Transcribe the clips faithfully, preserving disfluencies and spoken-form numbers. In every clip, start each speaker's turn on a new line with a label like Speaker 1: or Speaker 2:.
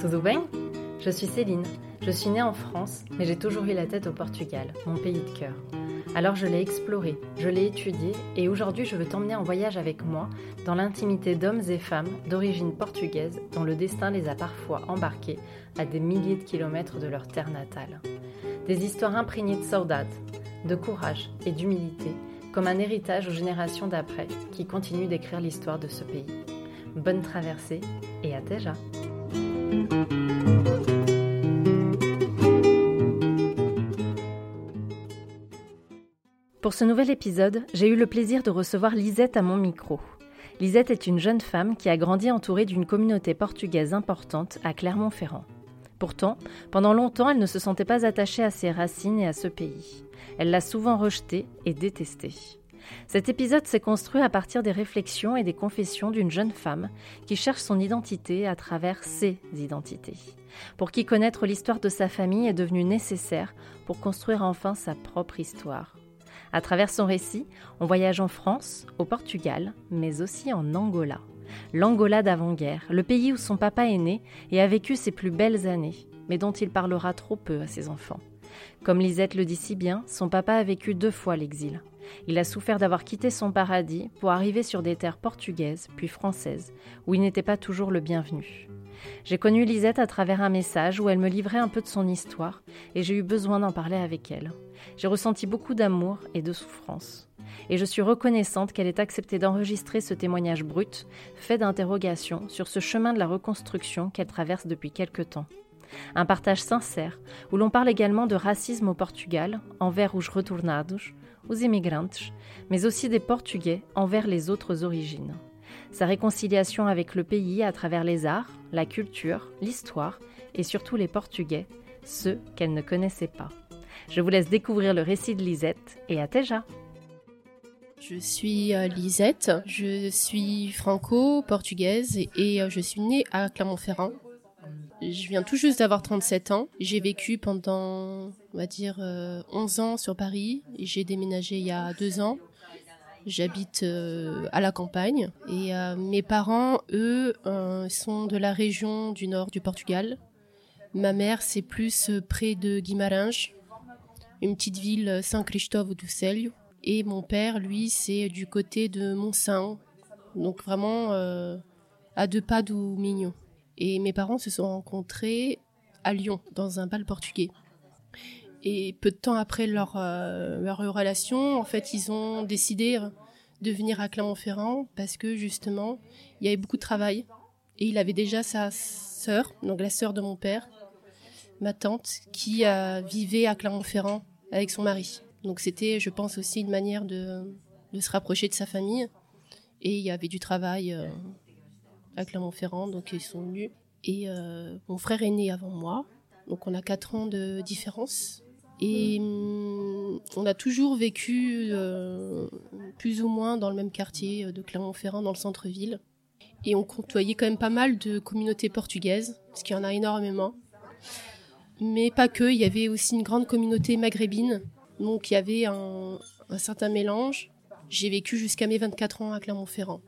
Speaker 1: Tudo bem? Je suis Céline. Je suis née en France, mais j'ai toujours eu la tête au Portugal, mon pays de cœur. Alors je l'ai exploré, je l'ai étudié et aujourd'hui je veux t'emmener en voyage avec moi dans l'intimité d'hommes et femmes d'origine portugaise dont le destin les a parfois embarqués à des milliers de kilomètres de leur terre natale. Des histoires imprégnées de saudade, de courage et d'humilité, comme un héritage aux générations d'après qui continuent d'écrire l'histoire de ce pays. Bonne traversée et à déjà. Pour ce nouvel épisode, j'ai eu le plaisir de recevoir Lisette à mon micro. Lisette est une jeune femme qui a grandi entourée d'une communauté portugaise importante à Clermont-Ferrand. Pourtant, pendant longtemps, elle ne se sentait pas attachée à ses racines et à ce pays. Elle l'a souvent rejeté et détesté. Cet épisode s'est construit à partir des réflexions et des confessions d'une jeune femme qui cherche son identité à travers ses identités. Pour qui connaître l'histoire de sa famille est devenu nécessaire pour construire enfin sa propre histoire. À travers son récit, on voyage en France, au Portugal, mais aussi en Angola. L'Angola d'avant-guerre, le pays où son papa est né et a vécu ses plus belles années, mais dont il parlera trop peu à ses enfants. Comme Lisette le dit si bien, son papa a vécu deux fois l'exil. Il a souffert d'avoir quitté son paradis pour arriver sur des terres portugaises, puis françaises, où il n'était pas toujours le bienvenu. J'ai connu Lisette à travers un message où elle me livrait un peu de son histoire et j'ai eu besoin d'en parler avec elle. J'ai ressenti beaucoup d'amour et de souffrance. Et je suis reconnaissante qu'elle ait accepté d'enregistrer ce témoignage brut, fait d'interrogations sur ce chemin de la reconstruction qu'elle traverse depuis quelque temps. Un partage sincère où l'on parle également de racisme au Portugal envers os retornados, os imigrantes, mais aussi des Portugais envers les autres origines. Sa réconciliation avec le pays à travers les arts, la culture, l'histoire et surtout les Portugais, ceux qu'elle ne connaissait pas. Je vous laisse découvrir le récit de Lisette et à Teja.
Speaker 2: Je suis Lisette, je suis franco-portugaise et je suis née à Clermont-Ferrand. Je viens tout juste d'avoir trente-sept ans. J'ai vécu pendant, on va dire, onze ans sur Paris et j'ai déménagé il y a deux ans. J'habite euh, à la campagne et euh, mes parents, eux, euh, sont de la région du nord du Portugal. Ma mère, c'est plus euh, près de Guimarães, une petite ville São Cristóvão do Célio. Et mon père, lui, c'est du côté de Monção, donc vraiment euh, à deux pas do Minho. Et mes parents se sont rencontrés à Lyon, dans un bal portugais. Et peu de temps après leur, euh, leur relation, en fait, ils ont décidé de venir à Clermont-Ferrand parce que, justement, il y avait beaucoup de travail. Et il avait déjà sa sœur, donc la sœur de mon père, ma tante, qui euh, vivait à Clermont-Ferrand avec son mari. Donc c'était, je pense, aussi une manière de, de se rapprocher de sa famille. Et il y avait du travail euh, à Clermont-Ferrand, donc ils sont venus. Et euh, mon frère est né avant moi, donc on a quatre ans de différence. Et hum, on a toujours vécu euh, plus ou moins dans le même quartier de Clermont-Ferrand, dans le centre-ville. Et on côtoyait quand même pas mal de communautés portugaises, parce qu'il y en a énormément. Mais pas que, il y avait aussi une grande communauté maghrébine. Donc il y avait un, un certain mélange. J'ai vécu jusqu'à mes vingt-quatre ans à Clermont-Ferrand.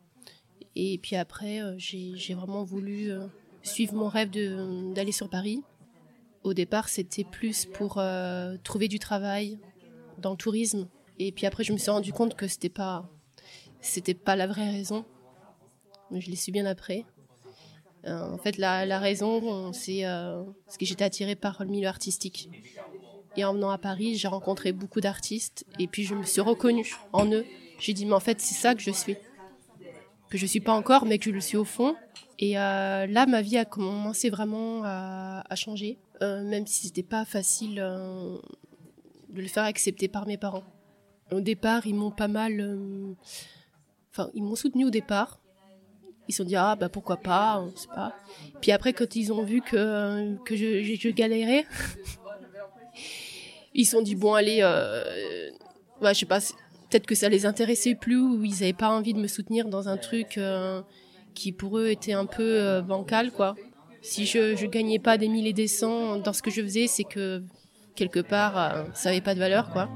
Speaker 2: Et puis après, euh, j'ai, j'ai vraiment voulu euh, suivre mon rêve de, d'aller sur Paris. Au départ, c'était plus pour euh, trouver du travail dans le tourisme. Et puis après, je me suis rendu compte que c'était pas, c'était pas la vraie raison. Mais je l'ai su bien après. Euh, en fait, la, la raison, c'est euh, parce que j'étais attirée par le milieu artistique. Et en venant à Paris, j'ai rencontré beaucoup d'artistes. Et puis, je me suis reconnue en eux. J'ai dit, mais en fait, c'est ça que je suis. Que je suis pas encore, mais que je le suis au fond. Et euh, là, ma vie a commencé vraiment à, à changer. Euh, même si c'était pas facile euh, de le faire accepter par mes parents. Au départ, ils m'ont pas mal... Euh, enfin, ils m'ont soutenu au départ. Ils se sont dit, ah, bah pourquoi pas, on sait pas. Puis après, quand ils ont vu que, que je, je, je galérais, ils se sont dit, bon, allez, euh, ouais, je sais pas, peut-être que ça les intéressait plus ou ils avaient pas envie de me soutenir dans un truc euh, qui pour eux était un peu euh, bancal, quoi. Si je, je gagnais pas des mille et des cents dans ce que je faisais, c'est que quelque part, euh, ça avait pas de valeur, quoi.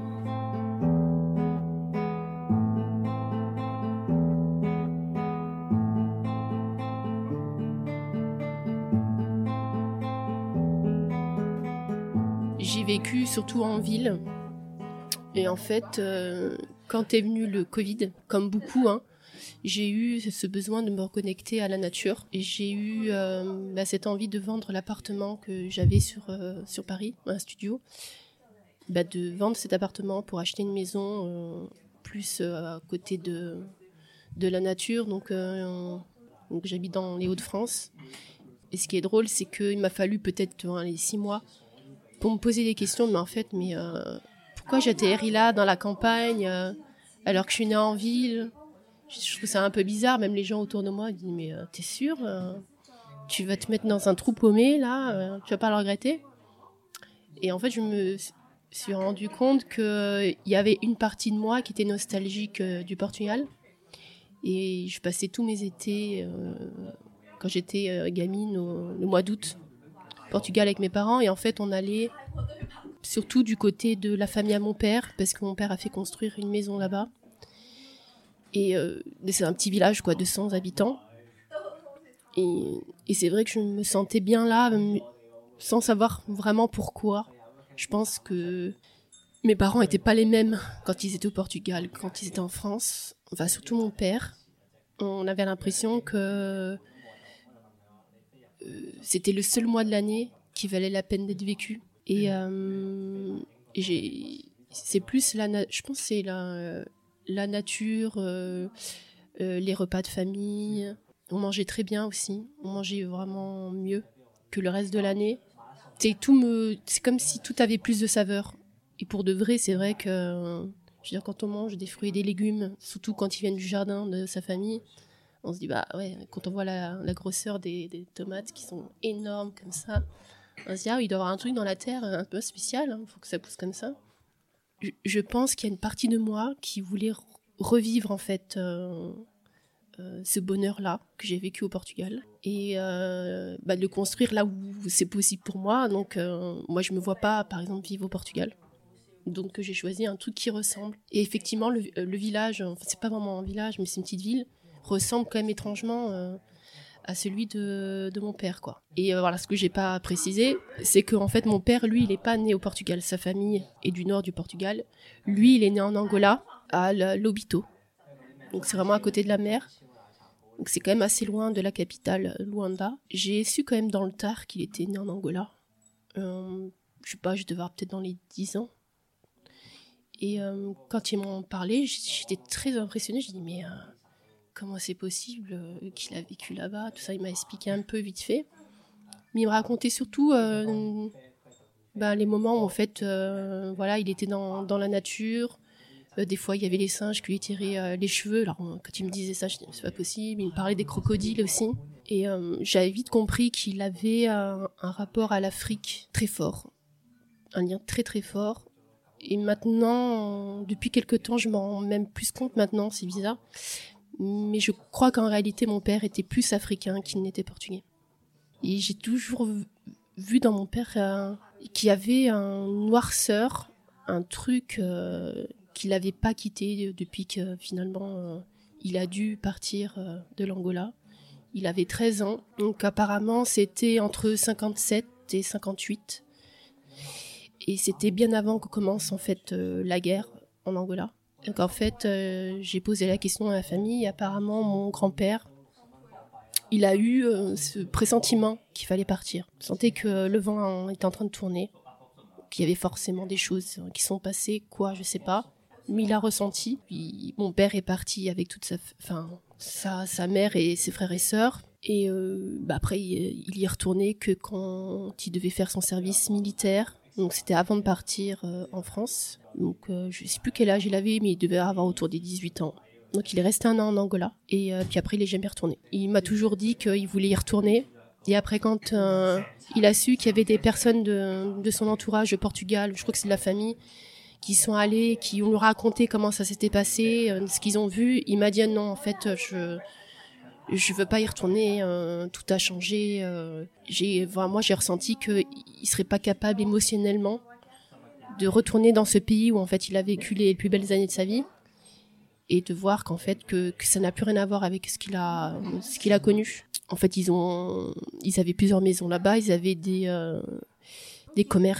Speaker 2: vécu surtout en ville. Et en fait, euh, quand est venu le Covid, comme beaucoup, hein, j'ai eu ce besoin de me reconnecter à la nature. Et j'ai eu euh, bah, cette envie de vendre l'appartement que j'avais sur, euh, sur Paris, un studio. Bah, de vendre cet appartement pour acheter une maison euh, plus euh, à côté de, de la nature. Donc, euh, donc j'habite dans les Hauts-de-France. Et ce qui est drôle, c'est qu'il m'a fallu peut-être hein, les six mois pour me poser des questions. Mais en fait, mais, euh, pourquoi j'atterris là, dans la campagne, euh, alors que je suis née en ville ? Je trouve ça un peu bizarre. Même les gens autour de moi disent « Mais euh, t'es sûre euh, tu vas te mettre dans un trou paumé, là euh, tu vas pas le regretter ?» Et en fait, je me suis rendu compte qu'il euh, y avait une partie de moi qui était nostalgique euh, du Portugal. Et je passais tous mes étés, euh, quand j'étais euh, gamine, au, le mois d'août, au Portugal avec mes parents. Et en fait, on allait surtout du côté de la famille à mon père, parce que mon père a fait construire une maison là-bas. Et euh, c'est un petit village, quoi, de cent habitants. Et, et c'est vrai que je me sentais bien là, sans savoir vraiment pourquoi. Je pense que mes parents n'étaient pas les mêmes quand ils étaient au Portugal, quand ils étaient en France. Enfin, surtout mon père. On avait l'impression que euh, c'était le seul mois de l'année qui valait la peine d'être vécu. Et, euh, et j'ai, c'est plus la, na- je pense que c'est la, la nature, euh, euh, les repas de famille. On mangeait très bien aussi. On mangeait vraiment mieux que le reste de l'année. C'est, tout me, c'est comme si tout avait plus de saveur. Et pour de vrai, c'est vrai que je veux dire, quand on mange des fruits et des légumes, surtout quand ils viennent du jardin de sa famille, on se dit, bah ouais, quand on voit la, la grosseur des, des tomates qui sont énormes comme ça, on se dit, ah oui, il doit y avoir un truc dans la terre un peu spécial, il hein, faut que ça pousse comme ça. Je, je pense qu'il y a une partie de moi qui voulait re- revivre en fait euh, euh, ce bonheur-là que j'ai vécu au Portugal et euh, bah, de le construire là où c'est possible pour moi. Donc euh, moi, je me vois pas, par exemple, vivre au Portugal. Donc j'ai choisi un truc qui ressemble. Et effectivement, le, le village, enfin, c'est pas vraiment un village, mais c'est une petite ville, ressemble quand même étrangement euh, à celui de, de mon père, quoi. Et euh, voilà, ce que j'ai pas précisé, c'est que en fait mon père, lui, il est pas né au Portugal. Sa famille est du nord du Portugal. Lui, il est né en Angola, à Lobito. Donc c'est vraiment à côté de la mer. Donc c'est quand même assez loin de la capitale, Luanda. J'ai su quand même dans le tard qu'il était né en Angola. Euh, je sais pas, je devais avoir peut-être dans les dix ans. Et euh, quand ils m'ont parlé, j'étais très impressionnée. J'ai dit, mais euh, comment c'est possible euh, qu'il a vécu là-bas ? Tout ça, il m'a expliqué un peu vite fait. Mais il me racontait surtout euh, ben, les moments où, en fait, euh, voilà, il était dans, dans la nature. Euh, des fois, il y avait les singes qui lui tiraient euh, les cheveux. Alors, quand il me disait ça, je disais, c'est pas possible. Il me parlait des crocodiles aussi. Et euh, j'avais vite compris qu'il avait un, un rapport à l'Afrique très fort. Un lien très, très fort. Et maintenant, depuis quelques temps, je m'en rends même plus compte maintenant, c'est bizarre. Mais je crois qu'en réalité, mon père était plus africain qu'il n'était portugais. Et j'ai toujours vu dans mon père euh, qu'il y avait un noirceur, un truc euh, qu'il n'avait pas quitté depuis que finalement euh, il a dû partir euh, de l'Angola. Il avait treize ans, donc apparemment c'était entre cinquante-sept et cinquante-huit. Et c'était bien avant que commence en fait euh, la guerre en Angola. Donc en fait, euh, j'ai posé la question à la famille. Et apparemment, mon grand-père, il a eu euh, ce pressentiment qu'il fallait partir. Il sentait que le vent était en train de tourner, qu'il y avait forcément des choses qui sont passées, quoi, je sais pas. Mais il a ressenti. Puis, mon père est parti avec toute sa, enfin, sa, sa mère et ses frères et sœurs. Et euh, bah après, il, il y est retourné que quand il devait faire son service militaire. Donc c'était avant de partir euh, en France. Donc euh, je ne sais plus quel âge il avait, mais il devait avoir autour des dix-huit ans. Donc il est resté un an en Angola. Et euh, puis après, il n'est jamais retourné. Il m'a toujours dit qu'il voulait y retourner. Et après, quand euh, il a su qu'il y avait des personnes de, de son entourage au Portugal, je crois que c'est de la famille, qui sont allés, qui ont raconté comment ça s'était passé, euh, ce qu'ils ont vu, il m'a dit non, en fait, je... je veux pas y retourner, euh, tout a changé. Euh, j'ai, enfin, moi, j'ai ressenti qu'il serait pas capable émotionnellement de retourner dans ce pays où en fait il a vécu les plus belles années de sa vie et de voir qu'en fait que, que ça n'a plus rien à voir avec ce qu'il a, ce qu'il a connu. En fait, ils ont, ils avaient plusieurs maisons là-bas, ils avaient des, euh, des commerces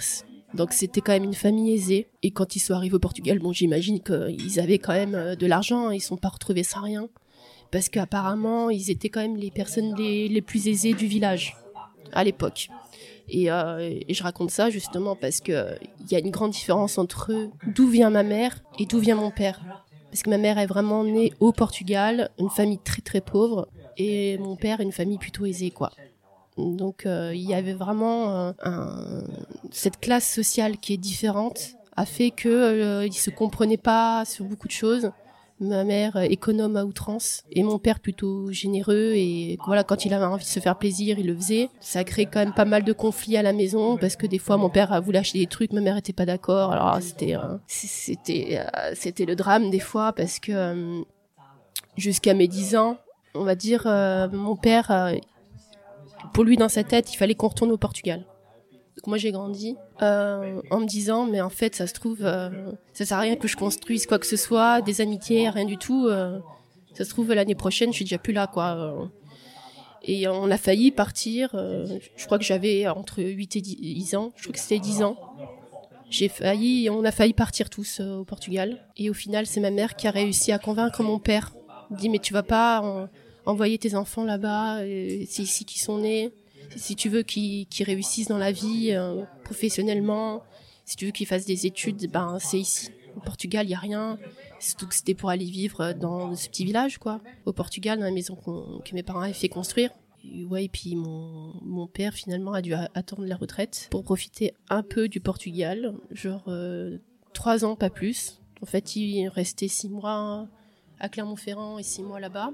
Speaker 2: Donc c'était quand même une famille aisée. Et quand ils sont arrivés au Portugal, bon, j'imagine qu'ils avaient quand même de l'argent, ils ne sont pas retrouvés sans rien. Parce qu'apparemment, ils étaient quand même les personnes les, les plus aisées du village à l'époque. Et, euh, et je raconte ça justement parce qu'il y a une grande différence entre d'où vient ma mère et d'où vient mon père. Parce que ma mère est vraiment née au Portugal, une famille très très pauvre, et mon père, une famille plutôt aisée, quoi. Donc euh, il y avait vraiment euh, un... cette classe sociale qui est différente a fait qu'ils euh, ne se comprenaient pas sur beaucoup de choses. Ma mère économe à outrance et mon père plutôt généreux, et voilà, quand il avait envie de se faire plaisir, il le faisait. Ça a créé quand même pas mal de conflits à la maison parce que des fois mon père a voulu acheter des trucs, ma mère était pas d'accord. Alors c'était euh, c'était euh, c'était le drame des fois parce que euh, jusqu'à mes dix ans, on va dire, euh, mon père, euh, pour lui dans sa tête, il fallait qu'on retourne au Portugal. Donc moi j'ai grandi euh, en me disant mais en fait ça se trouve euh, ça sert à rien que je construise quoi que ce soit, des amitiés, rien du tout. Euh, ça se trouve l'année prochaine je suis déjà plus là quoi. Et on a failli partir. Euh, je crois que j'avais entre huit et dix ans. Je crois que c'était dix ans. J'ai failli, on a failli partir tous euh, au Portugal. Et au final c'est ma mère qui a réussi à convaincre mon père. Il dit mais tu vas pas en, envoyer tes enfants là-bas. Euh, c'est ici qu'ils sont nés. Si tu veux qu'ils, qu'ils réussissent dans la vie, euh, professionnellement, si tu veux qu'ils fassent des études, ben c'est ici. Au Portugal, il n'y a rien. Surtout que c'était pour aller vivre dans ce petit village, quoi. Au Portugal, dans la maison qu'on, que mes parents avaient fait construire. Et ouais, et puis mon, mon père, finalement, a dû a, attendre la retraite pour profiter un peu du Portugal. Genre euh, trois ans, pas plus. En fait, il restait six mois à Clermont-Ferrand et six mois là-bas.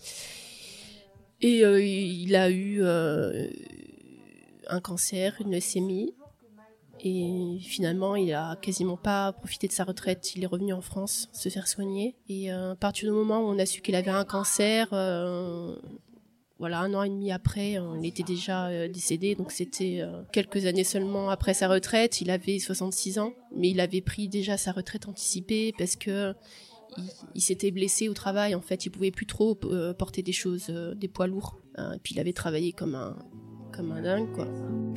Speaker 2: Et euh, il a eu euh, un cancer, une leucémie. Et finalement, il a quasiment pas profité de sa retraite. Il est revenu en France se faire soigner. Et euh, à partir du moment où on a su qu'il avait un cancer, euh, voilà, un an et demi après, il était déjà euh, décédé. Donc c'était euh, quelques années seulement après sa retraite. Il avait soixante-six ans, mais il avait pris déjà sa retraite anticipée parce que Il, il s'était blessé au travail, en fait, il pouvait plus trop euh, porter des choses, euh, des poids lourds. Euh, et puis il avait travaillé comme un, comme un dingue, quoi.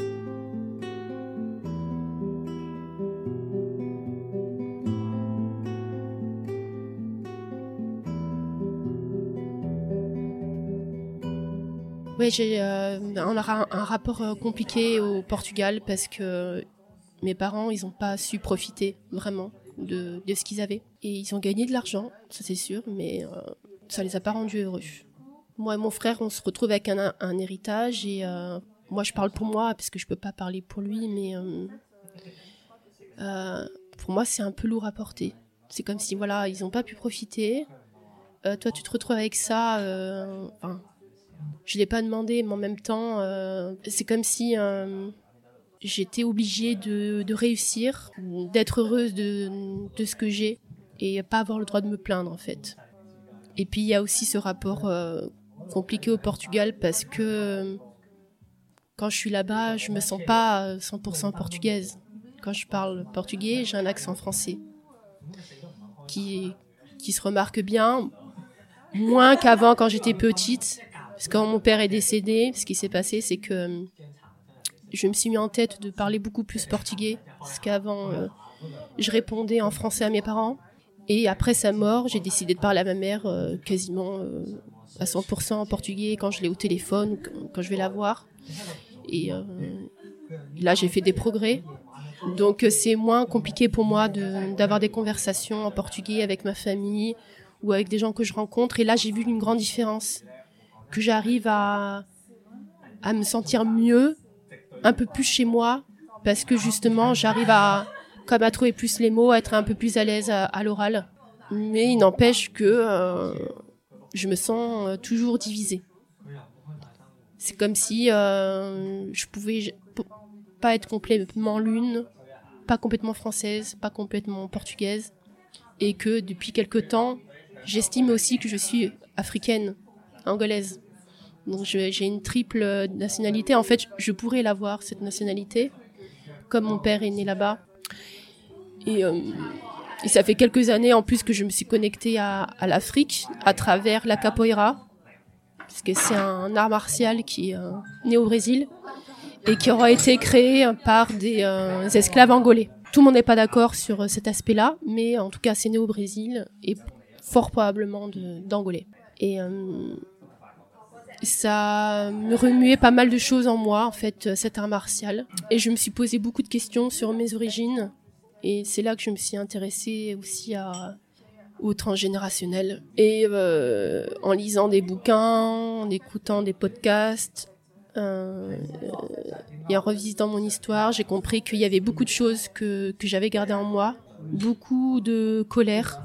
Speaker 2: Oui, j'ai, euh, on aura un, un rapport euh, compliqué au Portugal parce que mes parents, ils n'ont pas su profiter vraiment de, de ce qu'ils avaient. Et ils ont gagné de l'argent, ça c'est sûr, mais euh, ça les a pas rendus heureux. Moi et mon frère, on se retrouve avec un, un héritage et euh, moi je parle pour moi parce que je peux pas parler pour lui, mais euh, euh, pour moi c'est un peu lourd à porter. C'est comme si voilà, ils n'ont pas pu profiter. Euh, toi tu te retrouves avec ça. Euh, enfin, je l'ai pas demandé, mais en même temps, euh, c'est comme si euh, j'étais obligée de, de réussir, d'être heureuse de, de ce que j'ai et pas avoir le droit de me plaindre en fait. Et puis il y a aussi ce rapport euh, compliqué au Portugal parce que euh, quand je suis là-bas, je me sens pas cent pour cent portugaise. Quand je parle portugais, j'ai un accent français qui, qui se remarque bien, moins qu'avant quand j'étais petite. Parce que quand mon père est décédé, ce qui s'est passé, c'est que je me suis mis en tête de parler beaucoup plus portugais. Parce qu'avant, euh, je répondais en français à mes parents. Et après sa mort, j'ai décidé de parler à ma mère euh, quasiment euh, à cent pour cent en portugais quand je l'ai au téléphone, quand je vais la voir. Et euh, là, j'ai fait des progrès. Donc, c'est moins compliqué pour moi de, d'avoir des conversations en portugais avec ma famille ou avec des gens que je rencontre. Et là, j'ai vu une grande différence. Que j'arrive à, à me sentir mieux, un peu plus chez moi, parce que justement, j'arrive à, comme à trouver plus les mots, à être un peu plus à l'aise à, à l'oral. Mais il n'empêche que euh, je me sens toujours divisée. C'est comme si euh, je pouvais pas être complètement l'une, pas complètement française, pas complètement portugaise, et que depuis quelque temps, j'estime aussi que je suis africaine, angolaise. Donc je, j'ai une triple nationalité. En fait, je pourrais l'avoir, cette nationalité, comme mon père est né là-bas. Et, euh, et ça fait quelques années en plus que je me suis connectée à, à l'Afrique à travers la capoeira, parce que c'est un art martial qui est euh, né au Brésil. et qui aura été créé par des euh, esclaves angolais. Tout le monde n'est pas d'accord sur cet aspect-là, mais en tout cas, c'est né au Brésil et fort probablement de, d'angolais. Et euh, ça me remuait pas mal de choses en moi, en fait, cet art martial. Et je me suis posé beaucoup de questions sur mes origines. Et c'est là que je me suis intéressée aussi à, au transgénérationnel. Et euh, en lisant des bouquins, en écoutant des podcasts, euh, et en revisitant mon histoire, j'ai compris qu'il y avait beaucoup de choses que, que j'avais gardées en moi, beaucoup de colère,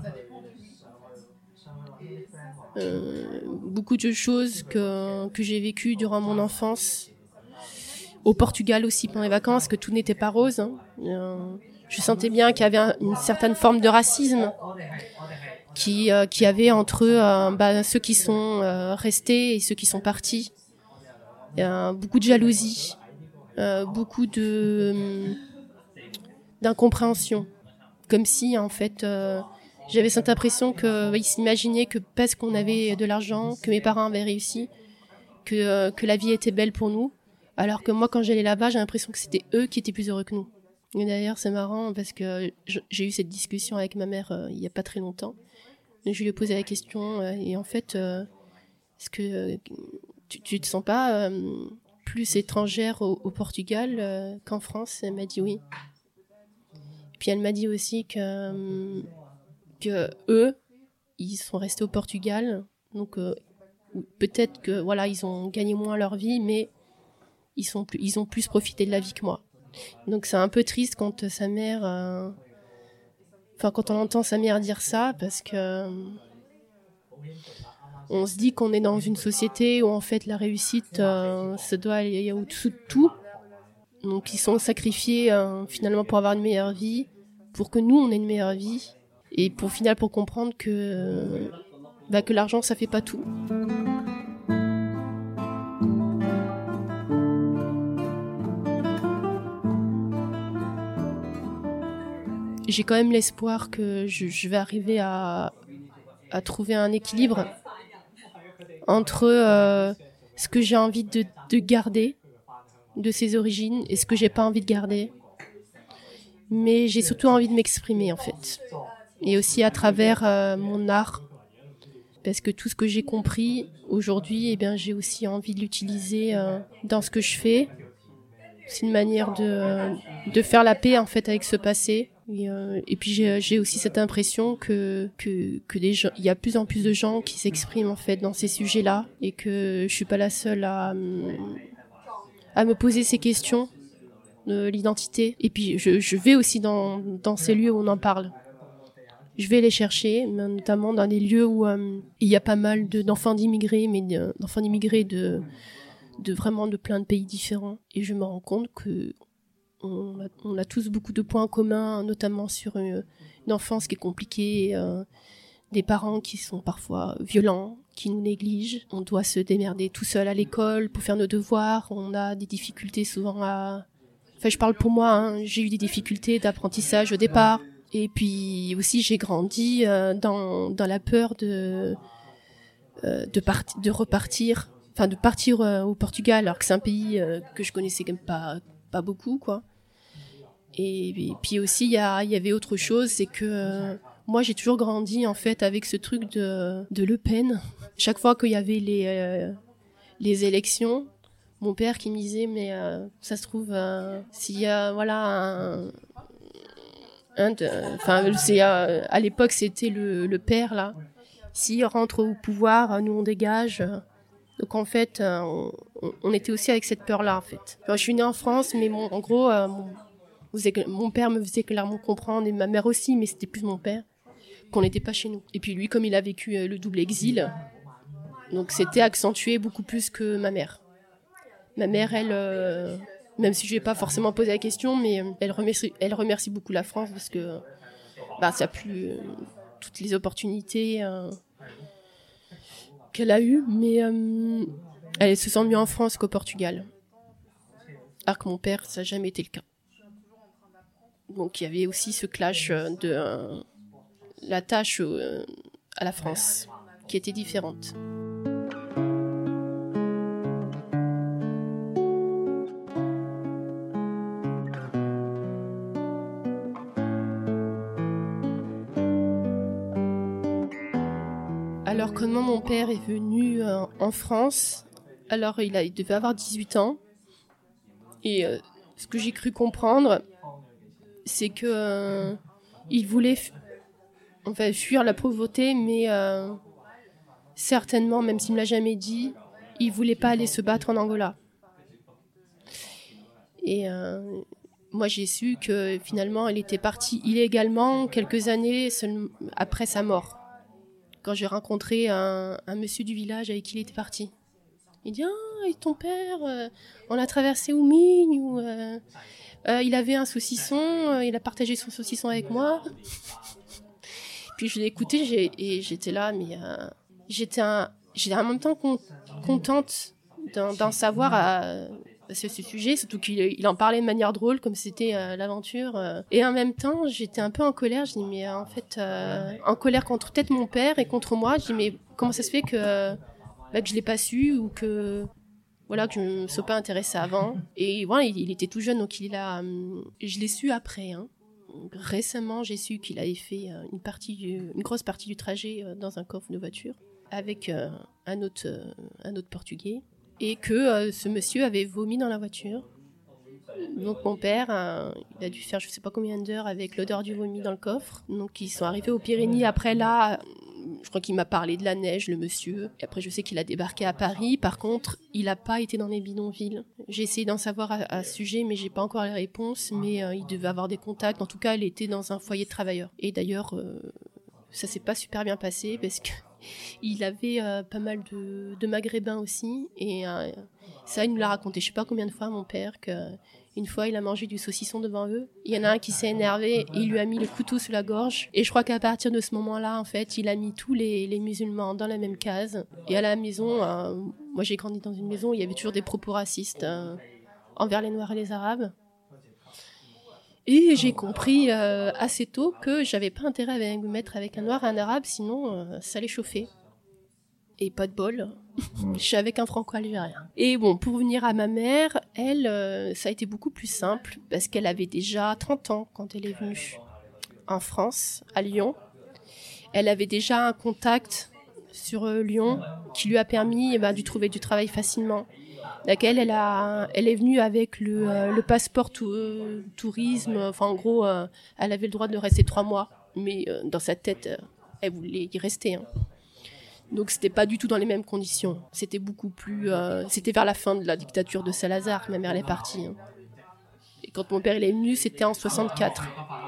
Speaker 2: euh, beaucoup de choses que, que j'ai vécues durant mon enfance, au Portugal aussi pendant les vacances, que tout n'était pas rose. Hein. Euh, je sentais bien qu'il y avait un, une certaine forme de racisme qui, euh, qui avait entre euh, bah, ceux qui sont euh, restés et ceux qui sont partis. Euh, beaucoup de jalousie. Euh, beaucoup de euh, d'incompréhension, comme si en fait euh, j'avais cette impression qu'ils euh, s'imaginaient que parce qu'on avait de l'argent, que mes parents avaient réussi, que euh, que la vie était belle pour nous, alors que moi quand j'allais là-bas j'ai l'impression que c'était eux qui étaient plus heureux que nous. Et d'ailleurs c'est marrant parce que je, j'ai eu cette discussion avec ma mère euh, il y a pas très longtemps. Et je lui ai posé la question euh, et en fait euh, est-ce que euh, tu, tu te sens pas euh, plus étrangère au, au Portugal euh, qu'en France? Elle m'a dit oui. Puis elle m'a dit aussi que, euh, que eux, ils sont restés au Portugal, donc euh, peut-être que voilà, ils ont gagné moins leur vie, mais ils sont plus, ils ont plus profité de la vie que moi. Donc c'est un peu triste quand sa mère, euh, enfin quand on entend sa mère dire ça, parce que euh, on se dit qu'on est dans une société où en fait la réussite, euh, ça doit aller au-dessous de tout. Donc ils sont sacrifiés euh, finalement pour avoir une meilleure vie, pour que nous on ait une meilleure vie, et pour final pour comprendre que euh, bah, que l'argent ça fait pas tout. J'ai quand même l'espoir que je, je vais arriver à, à trouver un équilibre entre euh, ce que j'ai envie de, de garder de ses origines et ce que j'ai pas envie de garder. Mais j'ai surtout envie de m'exprimer en fait. Et aussi à travers euh, mon art. Parce que tout ce que j'ai compris aujourd'hui, eh bien, j'ai aussi envie de l'utiliser euh, dans ce que je fais. C'est une manière de, euh, de faire la paix en fait avec ce passé. Et, euh, et puis j'ai, j'ai aussi cette impression que que que des gens, il y a de plus en plus de gens qui s'expriment en fait dans ces sujets-là et que je suis pas la seule à à me poser ces questions de l'identité. Et puis je je vais aussi dans dans ces lieux où on en parle. Je vais les chercher, notamment dans des lieux où euh, il y a pas mal de, d'enfants d'immigrés, mais de, d'enfants d'immigrés de de vraiment de plein de pays différents. Et je me rends compte que On a, on a tous beaucoup de points communs, notamment sur une, une enfance qui est compliquée, euh, des parents qui sont parfois violents, qui nous négligent. On doit se démerder tout seul à l'école pour faire nos devoirs. On a des difficultés souvent à... Enfin, je parle pour moi, hein, j'ai eu des difficultés d'apprentissage au départ. Et puis aussi, j'ai grandi euh, dans, dans la peur de, euh, de, part- de repartir, enfin de partir euh, au Portugal, alors que c'est un pays euh, que je connaissais quand même pas... pas beaucoup quoi. Et, et puis aussi il y a il y avait autre chose, c'est que euh, moi j'ai toujours grandi en fait avec ce truc de de Le Pen. Chaque fois qu'il y avait les euh, les élections, mon père qui me disait mais euh, ça se trouve euh, s'il y a voilà un un enfin c'est euh, à l'époque c'était le le père là. S'il rentre au pouvoir, nous on dégage. Donc en fait, euh, on, on était aussi avec cette peur-là en fait. Enfin, je suis née en France, mais mon, en gros, euh, mon, mon père me faisait clairement comprendre, et ma mère aussi, mais c'était plus mon père, qu'on n'était pas chez nous. Et puis lui, comme il a vécu euh, le double exil, donc c'était accentué beaucoup plus que ma mère. Ma mère, elle, euh, même si je lui ai pas forcément posé la question, mais euh, elle remercie, elle remercie beaucoup la France parce que bah, ça a plu euh, toutes les opportunités euh, qu'elle a eues, mais euh, elle se sent mieux en France qu'au Portugal. Alors que mon père, ça n'a jamais été le cas. Donc il y avait aussi ce clash de euh, la tâche euh, à la France, qui était différente. Alors comment mon père est venu euh, en France? Alors il, a, il devait avoir dix-huit ans. Et euh, ce que j'ai cru comprendre, c'est que euh, il voulait f- enfin, fuir la pauvreté, mais euh, certainement, même s'il me l'a jamais dit, il voulait pas aller se battre en Angola. Et euh, moi, j'ai su que finalement, elle était partie illégalement quelques années seul- après sa mort. Quand j'ai rencontré un, un monsieur du village avec qui il était parti. Il dit « Ah, et ton père, euh, on a traversé Oumigne, ou euh, euh, il avait un saucisson, euh, il a partagé son saucisson avec moi. » Puis je l'ai écouté j'ai, et j'étais là, mais euh, j'étais, un, j'étais en même temps con, contente d'en, d'en savoir à, à ce, ce sujet, surtout qu'il il en parlait de manière drôle, comme c'était euh, l'aventure. Euh. Et en même temps, j'étais un peu en colère. Je dis, mais euh, en fait, euh, en colère contre peut-être mon père et contre moi. Je dis, mais comment ça se fait que, euh, bah, que je l'ai pas su ou que voilà que je me sois pas intéressée avant. Et voilà, il, il était tout jeune, donc il a, hum, je l'ai su après. Hein. Récemment, j'ai su qu'il avait fait euh, une partie, du, une grosse partie du trajet euh, dans un coffre de voiture avec euh, un autre, euh, un autre Portugais, et que euh, ce monsieur avait vomi dans la voiture. Donc mon père, euh, il a dû faire je sais pas combien d'heures avec l'odeur du vomi dans le coffre. Donc ils sont arrivés aux Pyrénées. Après là, je crois qu'il m'a parlé de la neige, le monsieur. Et après je sais qu'il a débarqué à Paris. Par contre, il n'a pas été dans les bidonvilles. J'ai essayé d'en savoir à, à ce sujet, mais j'ai pas encore les réponses. Mais euh, il devait avoir des contacts. En tout cas, il était dans un foyer de travailleurs. Et d'ailleurs, euh, ça s'est pas super bien passé parce que il avait euh, pas mal de, de maghrébins aussi. Et euh, ça, il nous l'a raconté je sais pas combien de fois, mon père, que une fois, il a mangé du saucisson devant eux. Il y en a un qui s'est énervé et il lui a mis le couteau sous la gorge. Et je crois qu'à partir de ce moment-là, en fait, il a mis tous les, les musulmans dans la même case. Et à la maison, euh, moi j'ai grandi dans une maison où il y avait toujours des propos racistes euh, envers les Noirs et les Arabes. Et j'ai compris euh, assez tôt que j'avais pas intérêt à me mettre avec un Noir et un Arabe, sinon euh, ça allait chauffer. Et pas de bol, je suis avec un franco-algérien. Et bon, pour venir à ma mère, elle, euh, ça a été beaucoup plus simple, parce qu'elle avait déjà trente ans quand elle est venue en France, à Lyon. Elle avait déjà un contact sur euh, Lyon qui lui a permis eh ben, de trouver du travail facilement. Laquelle elle, a, elle est venue avec le, euh, le passeport tou- euh, tourisme, enfin en gros, euh, elle avait le droit de rester trois mois, mais euh, dans sa tête, euh, elle voulait y rester. Hein. Donc c'était pas du tout dans les mêmes conditions. C'était beaucoup plus, euh, c'était vers la fin de la dictature de Salazar que ma mère elle est partie. Hein. Et quand mon père il est venu, c'était en soixante-quatre.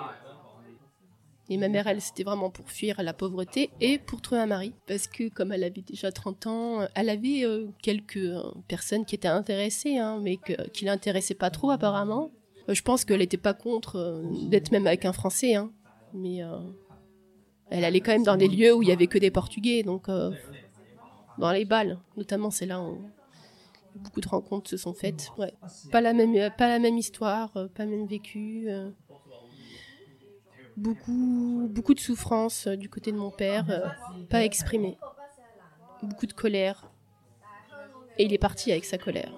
Speaker 2: Et ma mère, elle, c'était vraiment pour fuir la pauvreté et pour trouver un mari. Parce que comme elle avait déjà trente ans, elle avait euh, quelques euh, personnes qui étaient intéressées, hein, mais que, qui l'intéressaient pas trop apparemment. Euh, je pense qu'elle n'était pas contre euh, d'être même avec un Français, hein, mais euh, elle allait quand même dans des lieux où il y avait que des Portugais, donc euh, dans les bals, notamment, c'est là où beaucoup de rencontres se sont faites. Ouais. Pas la même, pas la même histoire, pas le même vécu. Euh, beaucoup, beaucoup de souffrance euh, du côté de mon père, euh, pas exprimée. Beaucoup de colère. Et il est parti avec sa colère.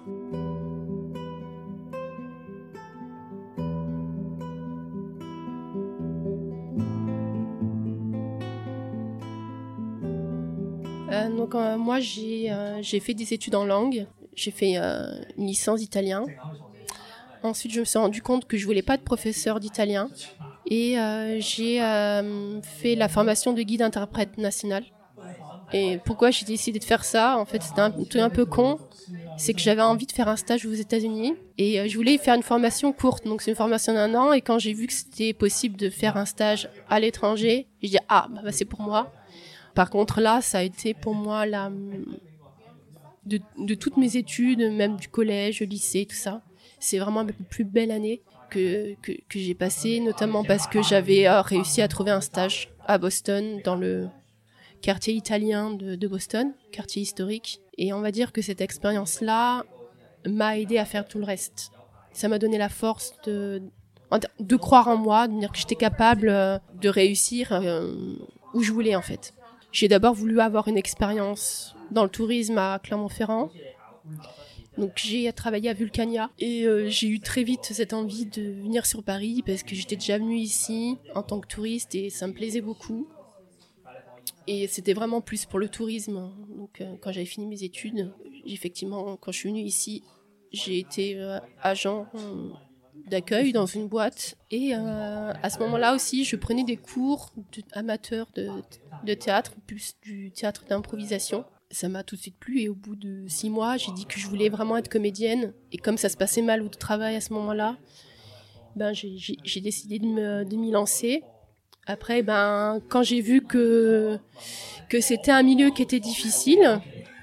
Speaker 2: Euh, donc euh, moi j'ai, euh, j'ai fait des études en langue, j'ai fait euh, une licence d'italien. Ensuite je me suis rendu compte que je voulais pas être professeur d'italien et euh, j'ai euh, fait la formation de guide interprète national. Et pourquoi j'ai décidé de faire ça? En fait c'était un truc un peu con, c'est que j'avais envie de faire un stage aux États-Unis et euh, je voulais faire une formation courte, donc c'est une formation d'un an, et quand j'ai vu que c'était possible de faire un stage à l'étranger, j'ai dit ah bah, bah c'est pour moi. Par contre, là, ça a été pour moi la... de, de toutes mes études, même du collège, lycée, tout ça. C'est vraiment la plus belle année que, que, que j'ai passée, notamment parce que j'avais euh, réussi à trouver un stage à Boston, dans le quartier italien de, de Boston, quartier historique. Et on va dire que cette expérience-là m'a aidé à faire tout le reste. Ça m'a donné la force de, de croire en moi, de dire que j'étais capable de réussir euh, où je voulais, en fait. J'ai d'abord voulu avoir une expérience dans le tourisme à Clermont-Ferrand. Donc j'ai travaillé à Vulcania et euh, j'ai eu très vite cette envie de venir sur Paris parce que j'étais déjà venue ici en tant que touriste et ça me plaisait beaucoup. Et c'était vraiment plus pour le tourisme. Donc, euh, quand j'avais fini mes études, effectivement, quand je suis venue ici, j'ai été euh, agent euh, d'accueil dans une boîte. Et euh, à ce moment-là aussi, je prenais des cours de, amateurs de, de théâtre, plus du théâtre d'improvisation. Ça m'a tout de suite plu et au bout de six mois, j'ai dit que je voulais vraiment être comédienne. Et comme ça se passait mal au travail à ce moment-là, ben, j'ai, j'ai, j'ai décidé de, me, de m'y lancer. Après, ben, quand j'ai vu que, que c'était un milieu qui était difficile,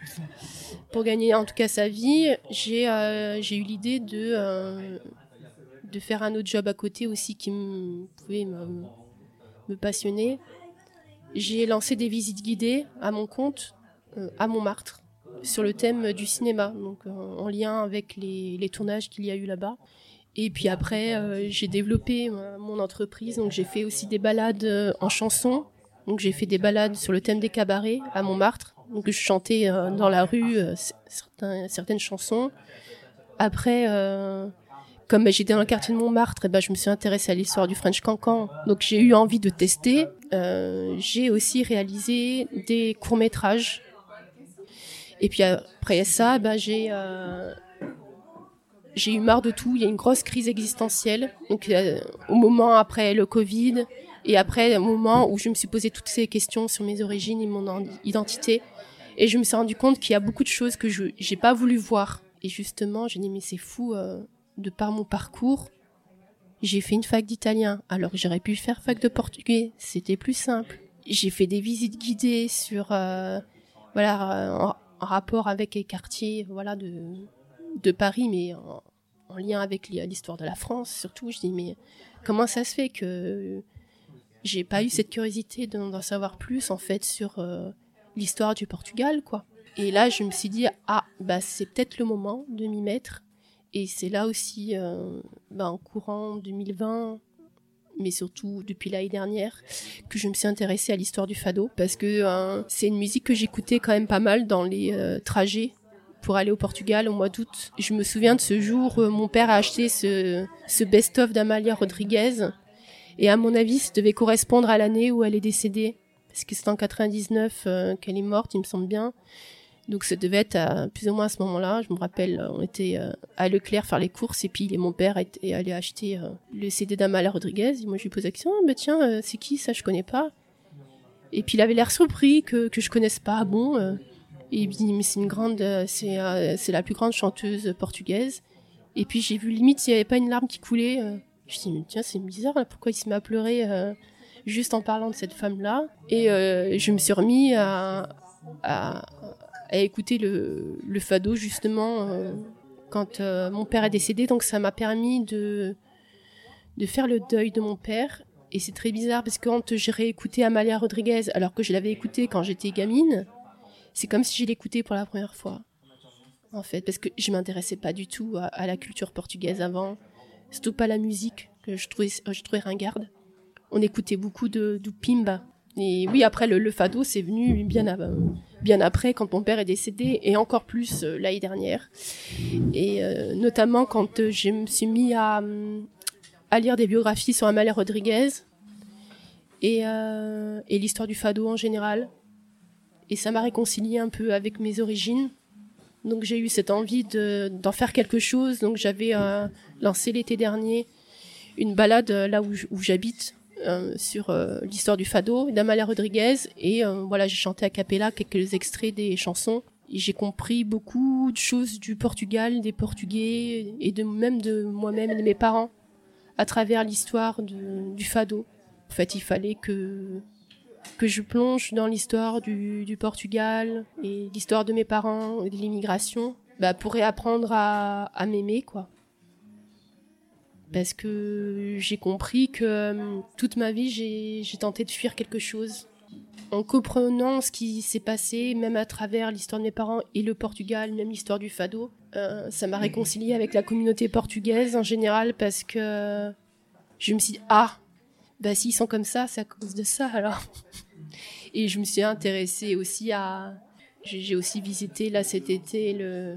Speaker 2: pour gagner en tout cas sa vie, j'ai, euh, j'ai eu l'idée de, euh, de faire un autre job à côté aussi qui me, pouvait me, me passionner. J'ai lancé des visites guidées à mon compte, euh, à Montmartre, sur le thème du cinéma, donc euh, en lien avec les, les tournages qu'il y a eu là-bas. Et puis après, euh, j'ai développé euh, mon entreprise, donc j'ai fait aussi des balades euh, en chansons. Donc j'ai fait des balades sur le thème des cabarets à Montmartre. Donc je chantais euh, dans la rue euh, certains, certaines chansons. Après, euh, comme bah, j'étais dans le quartier de Montmartre, et bah, je me suis intéressée à l'histoire du French Cancan. Donc j'ai eu envie de tester. Euh, j'ai aussi réalisé des courts-métrages. Et puis après ça, bah, j'ai... Euh, J'ai eu marre de tout, il y a une grosse crise existentielle. Donc, euh, au moment après le Covid, et après au moment où je me suis posé toutes ces questions sur mes origines et mon identité, et je me suis rendu compte qu'il y a beaucoup de choses que je j'ai pas voulu voir. Et justement, j'ai dit mais c'est fou, euh, de par mon parcours, j'ai fait une fac d'italien, alors que j'aurais pu faire fac de portugais, c'était plus simple. J'ai fait des visites guidées sur, euh, voilà, en, en rapport avec les quartiers, voilà, de de Paris, mais en, en lien avec l'histoire de la France, surtout. Je dis, mais comment ça se fait que j'ai pas eu cette curiosité d'en, d'en savoir plus, en fait, sur euh, l'histoire du Portugal, quoi. Et là, je me suis dit, ah, bah, c'est peut-être le moment de m'y mettre. Et c'est là aussi, euh, bah, en courant deux mille vingt, mais surtout depuis l'année dernière, que je me suis intéressée à l'histoire du fado, parce que euh, c'est une musique que j'écoutais quand même pas mal dans les euh, trajets pour aller au Portugal au mois d'août. Je me souviens de ce jour où mon père a acheté ce, ce best-of d'Amalia Rodriguez. Et à mon avis, ça devait correspondre à l'année où elle est décédée. Parce que c'est en quatre-vingt-dix-neuf euh, qu'elle est morte, il me semble bien. Donc ça devait être à, plus ou moins à ce moment-là. Je me rappelle, on était euh, à Leclerc faire les courses et puis et mon père est allé acheter euh, le C D d'Amalia Rodriguez. Et moi, je lui pose la question, ah, bah, tiens, euh, c'est qui ça, je connais pas. Et puis il avait l'air surpris que, que je connaisse pas. Bon... Euh, Et il me dit, mais c'est une grande, c'est, euh, c'est la plus grande chanteuse portugaise. Et puis j'ai vu limite s'il n'y avait pas une larme qui coulait. Euh, je dis, mais tiens, c'est bizarre là, pourquoi il se met à pleurer euh, juste en parlant de cette femme-là. Et euh, je me suis remis à, à, à écouter le, le fado justement euh, quand euh, mon père est décédé. Donc ça m'a permis de, de faire le deuil de mon père. Et c'est très bizarre parce que quand j'ai réécouté Amalia Rodriguez, alors que je l'avais écoutée quand j'étais gamine, c'est comme si je l'écoutais pour la première fois, en fait, parce que je m'intéressais pas du tout à, à la culture portugaise avant, surtout pas la musique, que je trouvais, je trouvais ringarde. On écoutait beaucoup de, de pimba. Et oui, après, le, le fado, c'est venu bien, à, bien après, quand mon père est décédé, et encore plus euh, l'année dernière. Et euh, notamment quand euh, je me suis mis à, à lire des biographies sur Amalia Rodriguez, et, euh, et l'histoire du fado en général. Et ça m'a réconciliée un peu avec mes origines. Donc j'ai eu cette envie de, d'en faire quelque chose. Donc j'avais euh, lancé l'été dernier une balade euh, là où, où j'habite euh, sur euh, l'histoire du fado d'Amalia Rodriguez. Et euh, voilà, j'ai chanté a cappella quelques extraits des chansons. Et j'ai compris beaucoup de choses du Portugal, des Portugais et de même de moi-même et de mes parents à travers l'histoire de, du fado. En fait, il fallait que que je plonge dans l'histoire du, du Portugal et l'histoire de mes parents et de l'immigration, bah, pour réapprendre à, à m'aimer, quoi. Parce que j'ai compris que euh, toute ma vie, j'ai, j'ai tenté de fuir quelque chose. En comprenant ce qui s'est passé, même à travers l'histoire de mes parents et le Portugal, même l'histoire du fado, euh, ça m'a réconciliée avec la communauté portugaise en général, parce que je me suis dit, ah, bah s'ils sont comme ça, c'est à cause de ça alors. Et je me suis intéressée aussi à... J'ai aussi visité là cet été le,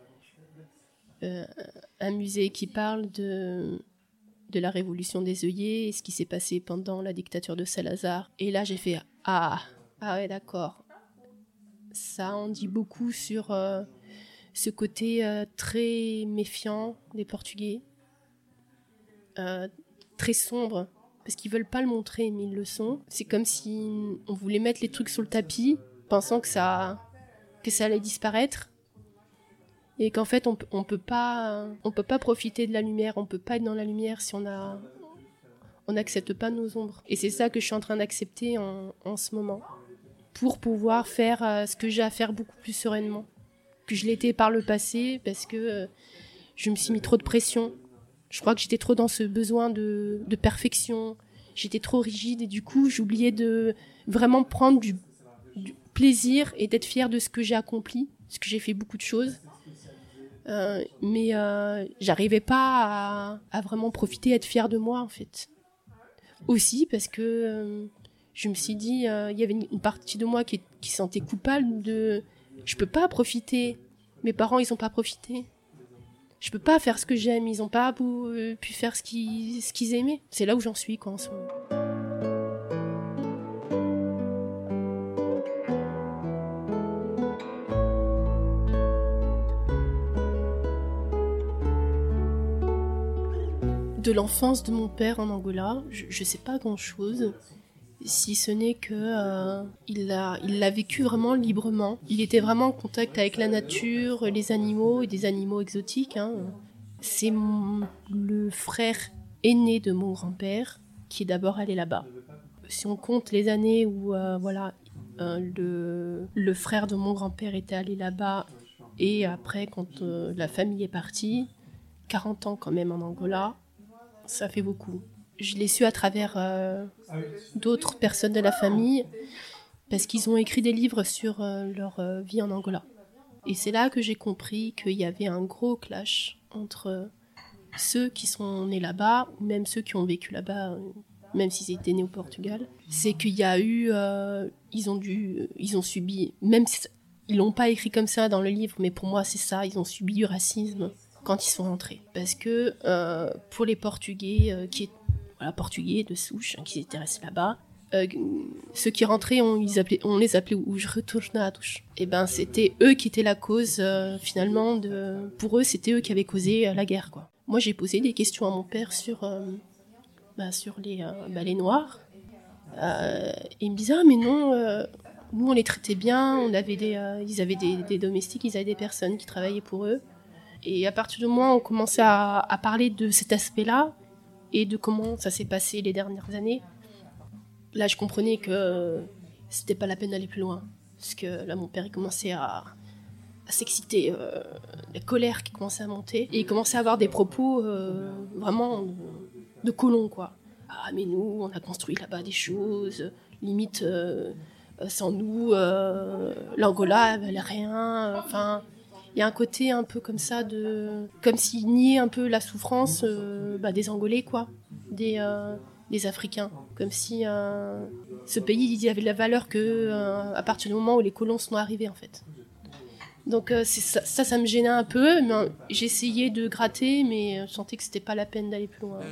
Speaker 2: euh, un musée qui parle de, de la révolution des œillets et ce qui s'est passé pendant la dictature de Salazar. Et là j'ai fait, ah, Ah ouais, d'accord. Ça en dit beaucoup sur euh, ce côté euh, très méfiant des Portugais, euh, très sombre, parce qu'ils veulent pas le montrer, mais ils le sont. C'est comme si on voulait mettre les trucs sur le tapis, pensant que ça, que ça allait disparaître, et qu'en fait on, on peut pas, on peut pas profiter de la lumière, on peut pas être dans la lumière si on a, on n'accepte pas nos ombres. Et c'est ça que je suis en train d'accepter en, en ce moment, pour pouvoir faire euh, ce que j'ai à faire beaucoup plus sereinement que je l'étais par le passé, parce que euh, je me suis mis trop de pression. Je crois que j'étais trop dans ce besoin de, de perfection. J'étais trop rigide et du coup, j'oubliais de vraiment prendre du, du plaisir et d'être fière de ce que j'ai accompli, parce que j'ai fait beaucoup de choses. Euh, mais euh, j'arrivais pas à, à vraiment profiter, être fière de moi, en fait. Aussi parce que euh, je me suis dit, il euh, y avait une, une partie de moi qui, qui sentait coupable de... Je peux pas profiter. Mes parents, ils ont pas profité. Je peux pas faire ce que j'aime. Ils ont pas pu, euh, pu faire ce qu'ils, ce qu'ils aimaient. C'est là où j'en suis, quoi, en ce moment. De l'enfance de mon père en Angola, je, je sais pas grand-chose. Si ce n'est que euh, il l'a il l'a vécu vraiment librement. Il était vraiment en contact avec la nature, les animaux et des animaux exotiques. Hein. C'est mon, le frère aîné de mon grand-père qui est d'abord allé là-bas. Si on compte les années où euh, voilà, euh, le, le frère de mon grand-père était allé là-bas et après quand euh, la famille est partie, quarante ans quand même en Angola, ça fait beaucoup. Je l'ai su à travers euh, d'autres personnes de la famille parce qu'ils ont écrit des livres sur euh, leur euh, vie en Angola. Et c'est là que j'ai compris qu'il y avait un gros clash entre ceux qui sont nés là-bas ou même ceux qui ont vécu là-bas, même s'ils étaient nés au Portugal. C'est qu'il y a eu... Euh, ils ont dû... Ils ont subi... Même si ils l'ont pas écrit comme ça dans le livre, mais pour moi c'est ça, ils ont subi du racisme quand ils sont rentrés. Parce que euh, pour les Portugais euh, qui étaient Voilà, portugais de souche, hein, qui étaient restés là-bas. Euh, ceux qui rentraient, on, ils appelait, on les appelait os retornados. Et ben, c'était eux qui étaient la cause, euh, finalement, de... pour eux, c'était eux qui avaient causé euh, la guerre, quoi. Moi, j'ai posé des questions à mon père sur, euh, bah, sur les, euh, bah, les Noirs. Euh, et il me disait, ah, mais non, euh, nous, on les traitait bien, on avait des, euh, ils avaient des, des domestiques, ils avaient des personnes qui travaillaient pour eux. Et à partir de moi, on commençait à, à parler de cet aspect-là, et de comment ça s'est passé les dernières années. Là, je comprenais que c'était pas la peine d'aller plus loin. Parce que là, mon père, il commençait à, à s'exciter, euh, la colère qui commençait à monter. Et il commençait à avoir des propos euh, vraiment de, de colons, quoi. Ah, mais nous, on a construit là-bas des choses, limite, euh, sans nous, euh, l'Angola, elle valait rien. Enfin... Il y a un côté un peu comme ça, de comme s'il niait un peu la souffrance euh, bah, des Angolais, quoi, des, euh, des Africains. Comme si euh, ce pays il avait de la valeur que, euh, à partir du moment où les colons sont arrivés, en fait. Donc euh, c'est ça, ça, ça me gênait un peu. Mais, euh, j'essayais de gratter, mais je sentais que c'était pas la peine d'aller plus loin.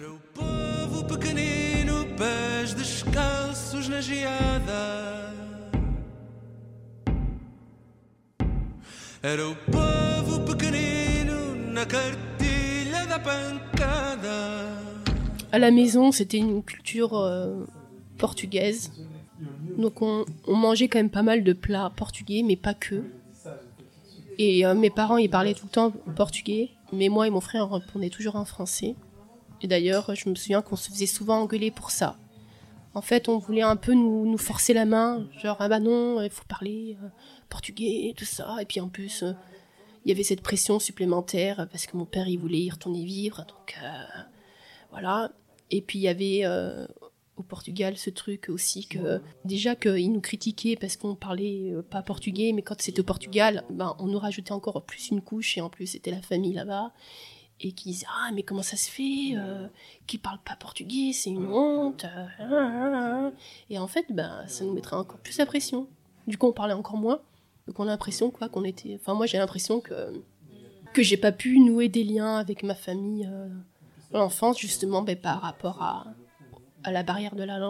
Speaker 2: Era o povo pequenino na cartilha da pancada. À la maison, c'était une culture euh, portugaise. Donc on, on mangeait quand même pas mal de plats portugais, mais pas que. Et euh, mes parents, ils parlaient tout le temps portugais, mais moi et mon frère, on répondait toujours en français. Et d'ailleurs, je me souviens qu'on se faisait souvent engueuler pour ça. En fait, on voulait un peu nous, nous forcer la main, genre, ah bah non, il faut parler euh, portugais, tout ça. Et puis en plus, euh, il y avait cette pression supplémentaire, parce que mon père, il voulait y retourner vivre, donc euh, voilà. Et puis il y avait euh, au Portugal ce truc aussi, que déjà qu'ils nous critiquaient parce qu'on parlait euh, pas portugais, mais quand c'était au Portugal, ben, on nous rajoutait encore plus une couche, et en plus c'était la famille là-bas. Et qui disaient « Ah, mais comment ça se fait euh, qu'ils parlent pas portugais, c'est une honte euh, !» Et en fait, bah, ça nous mettrait encore plus la pression. Du coup, on parlait encore moins. Donc on a l'impression quoi, qu'on était... Enfin, moi, j'ai l'impression que, que j'ai pas pu nouer des liens avec ma famille euh, dans l'enfance, justement, bah, par rapport à, à la barrière de la langue.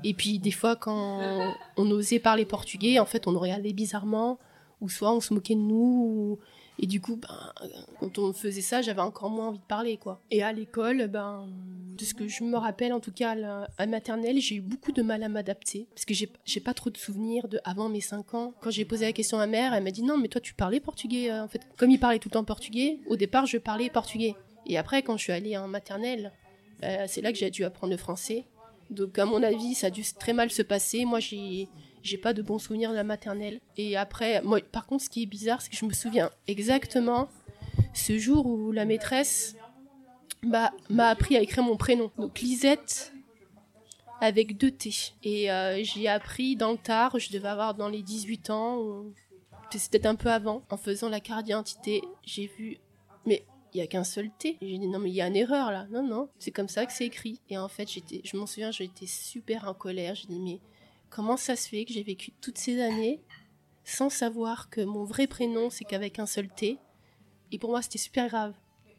Speaker 2: Et puis des fois, quand on osait parler portugais, en fait, on nous regardait bizarrement, ou soit on se moquait de nous, ou... et du coup, ben, quand on faisait ça, j'avais encore moins envie de parler, quoi. Et à l'école, ben, de ce que je me rappelle, en tout cas à la à maternelle, j'ai eu beaucoup de mal à m'adapter, parce que j'ai, j'ai pas trop de souvenirs de avant mes cinq ans. Quand j'ai posé la question à ma mère, elle m'a dit non, mais toi tu parlais portugais, euh, en fait. Comme il parlait tout le temps portugais, au départ je parlais portugais. Et après, quand je suis allée en maternelle, euh, c'est là que j'ai dû apprendre le français. Donc à mon avis, ça a dû très mal se passer. Moi, j'ai, j'ai pas de bons souvenirs de la maternelle. Et après, moi, par contre, ce qui est bizarre, c'est que je me souviens exactement ce jour où la maîtresse bah, m'a appris à écrire mon prénom. Donc Lisette avec deux T. Et euh, j'ai appris dans le tard, je devais avoir dans les dix-huit ans, ou... c'était un peu avant, en faisant la carte d'identité, j'ai vu... Mais il n'y a qu'un seul T. Et j'ai dit non mais il y a une erreur là. Non, non, c'est comme ça que c'est écrit. Et en fait, j'étais, je m'en souviens, j'étais super en colère. J'ai dit mais comment ça se fait que j'ai vécu toutes ces années sans savoir que mon vrai prénom c'est qu'avec un seul T. Et pour moi c'était super grave.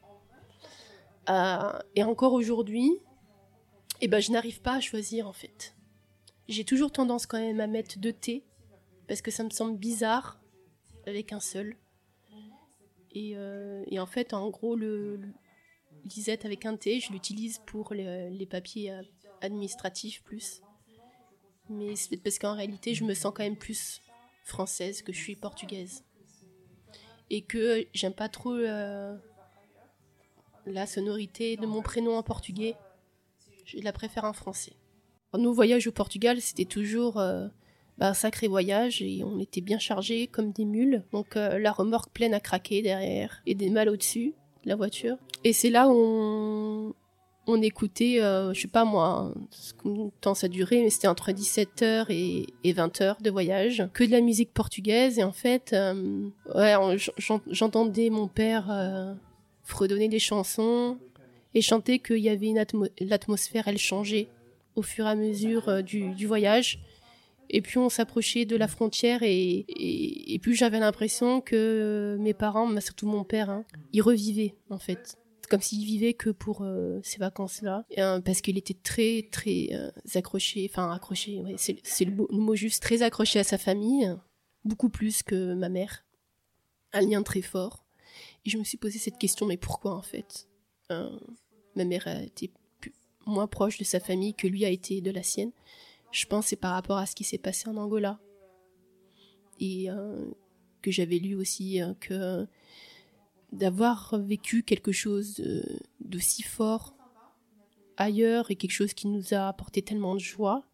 Speaker 2: Euh, et encore aujourd'hui, eh ben, je n'arrive pas à choisir en fait. J'ai toujours tendance quand même à mettre deux T parce que ça me semble bizarre avec un seul. Et, euh, et en fait, en gros, le, le Lisette avec un T, je l'utilise pour les, les papiers administratifs plus. Mais c'est parce qu'en réalité, je me sens quand même plus française que je suis portugaise. Et que j'aime pas trop euh, la sonorité de mon prénom en portugais. Je la préfère en français. Nos voyages au Portugal, c'était toujours... Euh, Bah, un sacré voyage et on était bien chargés comme des mules. Donc euh, la remorque pleine à craquer derrière et des malles au-dessus de la voiture. Et c'est là où on, on écoutait, euh, je sais pas moi, combien de temps ça durait, mais c'était entre dix-sept heures et, et vingt heures de voyage. Que de la musique portugaise et en fait, euh, ouais, on, j'entendais mon père euh, fredonner des chansons et chanter qu'il y avait une atmo- l'atmosphère, elle changeait au fur et à mesure euh, du, du voyage. Et puis on s'approchait de la frontière et, et, et plus j'avais l'impression que mes parents, mais surtout mon père, hein, ils revivaient en fait. C'est comme s'il vivait que pour euh, ces vacances-là. Et, euh, parce qu'il était très très euh, accroché, enfin accroché, ouais, c'est, c'est le, mot, le mot juste, très accroché à sa famille, beaucoup plus que ma mère. Un lien très fort. Et je me suis posé cette question, mais pourquoi en fait euh, ma mère a été plus, moins proche de sa famille que lui a été de la sienne. Je pense que c'est par rapport à ce qui s'est passé en Angola. Et euh, que j'avais lu aussi euh, que euh, d'avoir vécu quelque chose de, d'aussi fort ailleurs et quelque chose qui nous a apporté tellement de joie,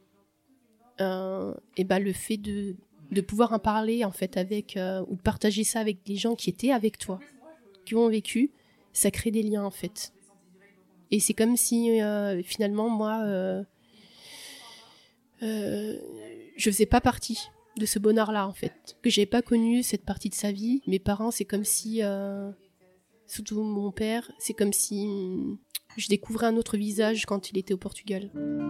Speaker 2: euh, et ben le fait de, de pouvoir en parler en fait avec, euh, ou de partager ça avec des gens qui étaient avec toi, qui ont vécu, ça crée des liens en fait. Et c'est comme si euh, finalement moi... Euh, Euh, je faisais pas partie de ce bonheur-là en fait, que j'avais pas connu cette partie de sa vie. Mes parents, c'est comme si, euh, surtout mon père, c'est comme si hum, je découvrais un autre visage quand il était au Portugal.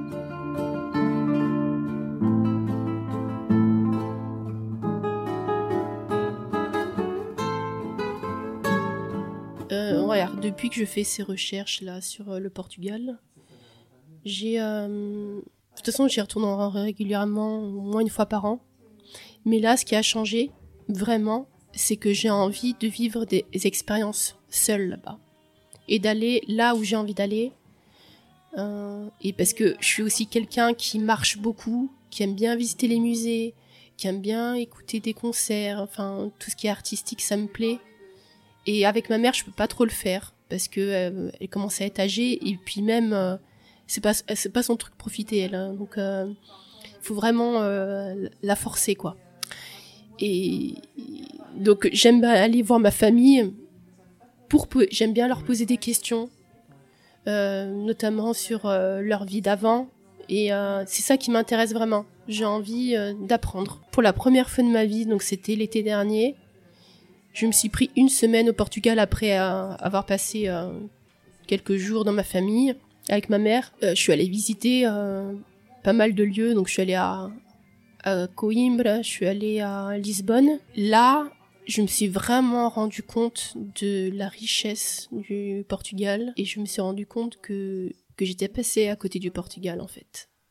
Speaker 2: Euh, regarde, depuis que je fais ces recherches là sur euh, le Portugal, j'ai euh, de toute façon, j'y retourne régulièrement, au moins une fois par an. Mais là, ce qui a changé, vraiment, c'est que j'ai envie de vivre des expériences seule là-bas. Et d'aller là où j'ai envie d'aller. Euh, et parce que je suis aussi quelqu'un qui marche beaucoup, qui aime bien visiter les musées, qui aime bien écouter des concerts, enfin, tout ce qui est artistique, ça me plaît. Et avec ma mère, je peux pas trop le faire, parce que euh, elle commence à être âgée, et puis même... Euh, c'est pas c'est pas son truc profiter elle hein. Donc il euh, faut vraiment euh, la forcer quoi. Et donc j'aime aller voir ma famille pour j'aime bien leur poser des questions euh, notamment sur euh, leur vie d'avant et euh, c'est ça qui m'intéresse vraiment. J'ai envie euh, d'apprendre. Pour la première fois de ma vie, donc c'était l'été dernier, je me suis pris une semaine au Portugal après euh, avoir passé euh, quelques jours dans ma famille. Avec ma mère, euh, je suis allée visiter euh, pas mal de lieux. Donc, je suis allée à, à Coimbra, je suis allée à Lisbonne. Là, je me suis vraiment rendu compte de la richesse du Portugal. Et je me suis rendu compte que, que j'étais passée à côté du Portugal, en fait.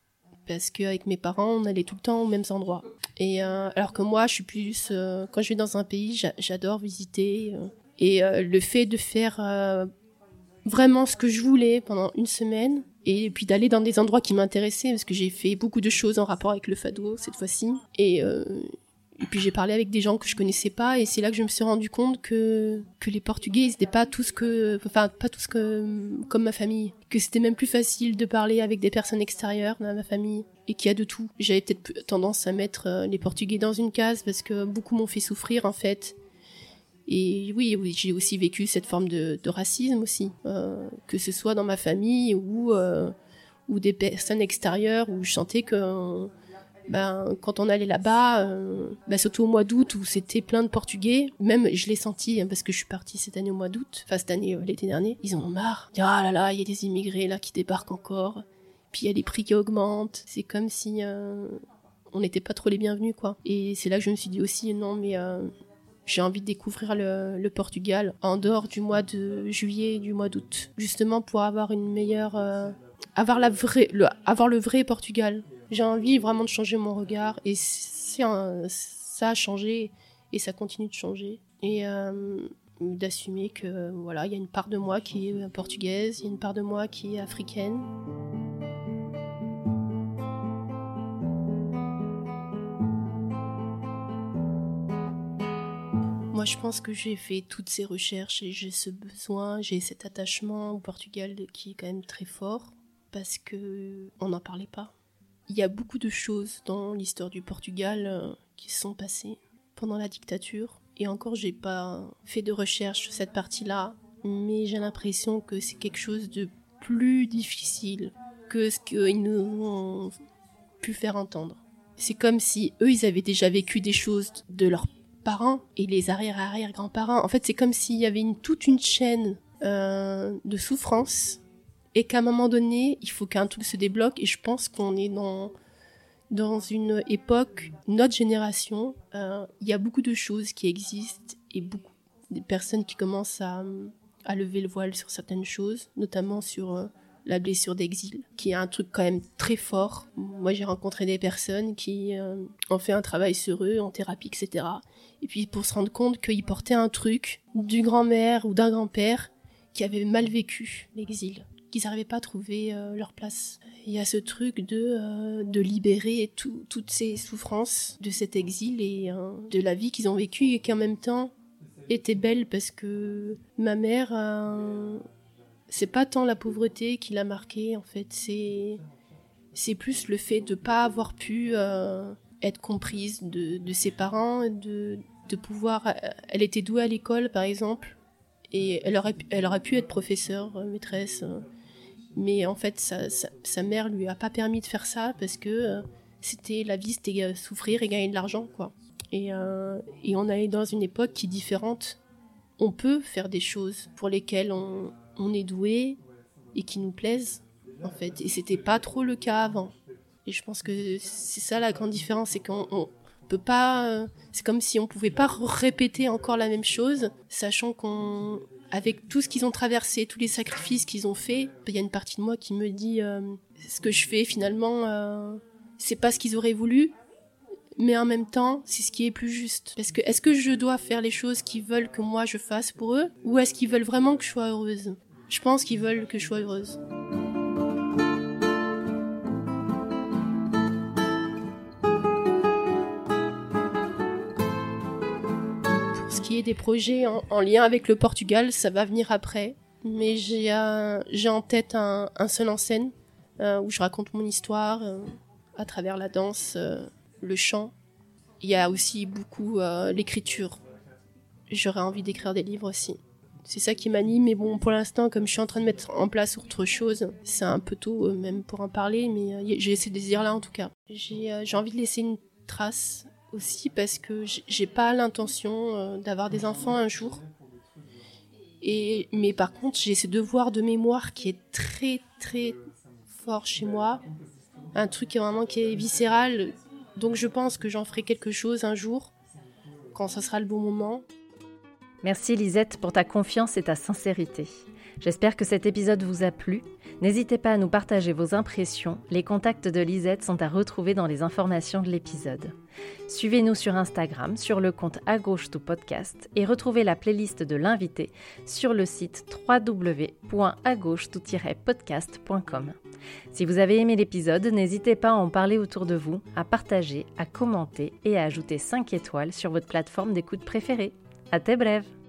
Speaker 2: parce qu'avec mes parents, on allait tout le temps aux mêmes endroits. Et euh, alors que moi, je suis plus... Euh, quand je vais dans un pays, j'a- j'adore visiter. Euh, et euh, le fait de faire euh, vraiment ce que je voulais pendant une semaine, et puis d'aller dans des endroits qui m'intéressaient, parce que j'ai fait beaucoup de choses en rapport avec le fado cette fois-ci. Et, euh, et puis j'ai parlé avec des gens que je connaissais pas, et c'est là que je me suis rendu compte que, que les Portugais, ils étaient pas tous que... Enfin, pas tous que, comme ma famille. Que c'était même plus facile de parler avec des personnes extérieures à ma famille. Et qu'il y a de tout. J'avais peut-être tendance à mettre euh, les Portugais dans une case parce que beaucoup m'ont fait souffrir en fait. Et oui, oui j'ai aussi vécu cette forme de, de racisme aussi, euh, que ce soit dans ma famille ou, euh, ou des personnes extérieures où je sentais que euh, ben, quand on allait là-bas, euh, ben, surtout au mois d'août où c'était plein de Portugais, même je l'ai senti hein, parce que je suis partie cette année au mois d'août, enfin cette année, euh, l'été dernier, ils en ont marre. Ah là là, il y a des immigrés là qui débarquent encore. Puis il y a les prix qui augmentent. C'est comme si euh, on n'était pas trop les bienvenus, quoi. Et c'est là que je me suis dit aussi, non, mais euh, j'ai envie de découvrir le, le Portugal en dehors du mois de juillet et du mois d'août. Justement pour avoir une meilleure... Euh, avoir, la vraie, le, avoir le vrai Portugal. J'ai envie vraiment de changer mon regard. Et c'est un, ça a changé et ça continue de changer. Et... Euh, d'assumer que voilà, il y a une part de moi qui est portugaise, il y a une part de moi qui est africaine. Moi, je pense que j'ai fait toutes ces recherches et j'ai ce besoin, j'ai cet attachement au Portugal qui est quand même très fort parce que on n'en parlait pas. Il y a beaucoup de choses dans l'histoire du Portugal euh, qui se sont passées pendant la dictature. Et encore, j'ai pas fait de recherche sur cette partie-là, mais j'ai l'impression que c'est quelque chose de plus difficile que ce qu'ils nous ont pu faire entendre. C'est comme si eux, ils avaient déjà vécu des choses de leurs parents et les arrière-arrière-grands-parents. En fait, c'est comme s'il y avait une, toute une chaîne euh, de souffrance et qu'à un moment donné, il faut qu'un truc se débloque. Et je pense qu'on est dans... Dans une époque, notre génération, euh, il y a beaucoup de choses qui existent et beaucoup de personnes qui commencent à, à lever le voile sur certaines choses, notamment sur euh, la blessure d'exil, qui est un truc quand même très fort. Moi, j'ai rencontré des personnes qui euh, ont fait un travail sur eux, en thérapie, et cetera. Et puis pour se rendre compte qu'ils portaient un truc du grand-mère ou d'un grand-père qui avait mal vécu l'exil, qu'ils n'arrivaient pas à trouver euh, leur place. Il y a ce truc de, euh, de libérer tout, toutes ces souffrances de cet exil et euh, de la vie qu'ils ont vécue et qui en même temps était belle parce que ma mère, euh, c'est pas tant la pauvreté qui l'a marquée en fait, c'est, c'est plus le fait de pas avoir pu euh, être comprise de, de ses parents, de, de pouvoir... Elle était douée à l'école par exemple et elle aurait, elle aurait pu être professeure, maîtresse... Mais en fait, sa, sa, sa mère lui a pas permis de faire ça parce que euh, c'était la vie, c'était euh, souffrir et gagner de l'argent, quoi. Et, euh, et on est dans une époque qui est différente. On peut faire des choses pour lesquelles on, on est doué et qui nous plaisent, en fait. Et c'était pas trop le cas avant. Et je pense que c'est ça la grande différence, c'est qu'on on peut pas... Euh, c'est comme si on pouvait pas répéter encore la même chose, sachant qu'on... Avec tout ce qu'ils ont traversé, tous les sacrifices qu'ils ont faits, il y a une partie de moi qui me dit euh, ce que je fais finalement, euh, c'est pas ce qu'ils auraient voulu, mais en même temps, c'est ce qui est plus juste. Parce que est-ce que je dois faire les choses qu'ils veulent que moi je fasse pour eux, ou est-ce qu'ils veulent vraiment que je sois heureuse ? Je pense qu'ils veulent que je sois heureuse. Qui est des projets en, en lien avec le Portugal, ça va venir après. Mais j'ai, euh, j'ai en tête un, un seul en scène euh, où je raconte mon histoire euh, à travers la danse, euh, le chant. Il y a aussi beaucoup euh, l'écriture. J'aurais envie d'écrire des livres aussi. C'est ça qui m'anime, mais bon, pour l'instant, comme je suis en train de mettre en place autre chose, c'est un peu tôt euh, même pour en parler, mais euh, j'ai ces désirs-là en tout cas. J'ai, euh, j'ai envie de laisser une trace aussi parce que j'ai pas l'intention euh, d'avoir des enfants un jour. Et, mais par contre, j'ai ce devoir de mémoire qui est très très fort chez moi. Un truc qui est vraiment qui est viscéral. Donc je pense que j'en ferai quelque chose un jour, quand ça sera le bon moment.
Speaker 1: Merci Lisette pour ta confiance et ta sincérité. J'espère que cet épisode vous a plu. N'hésitez pas à nous partager vos impressions. Les contacts de Lisette sont à retrouver dans les informations de l'épisode. Suivez-nous sur Instagram, sur le compte À Gauche Tout Podcast et retrouvez la playlist de l'invité sur le site w w w point a gauche tout tiret podcast point com. Si vous avez aimé l'épisode, n'hésitez pas à en parler autour de vous, à partager, à commenter et à ajouter cinq étoiles sur votre plateforme d'écoute préférée. À très brève!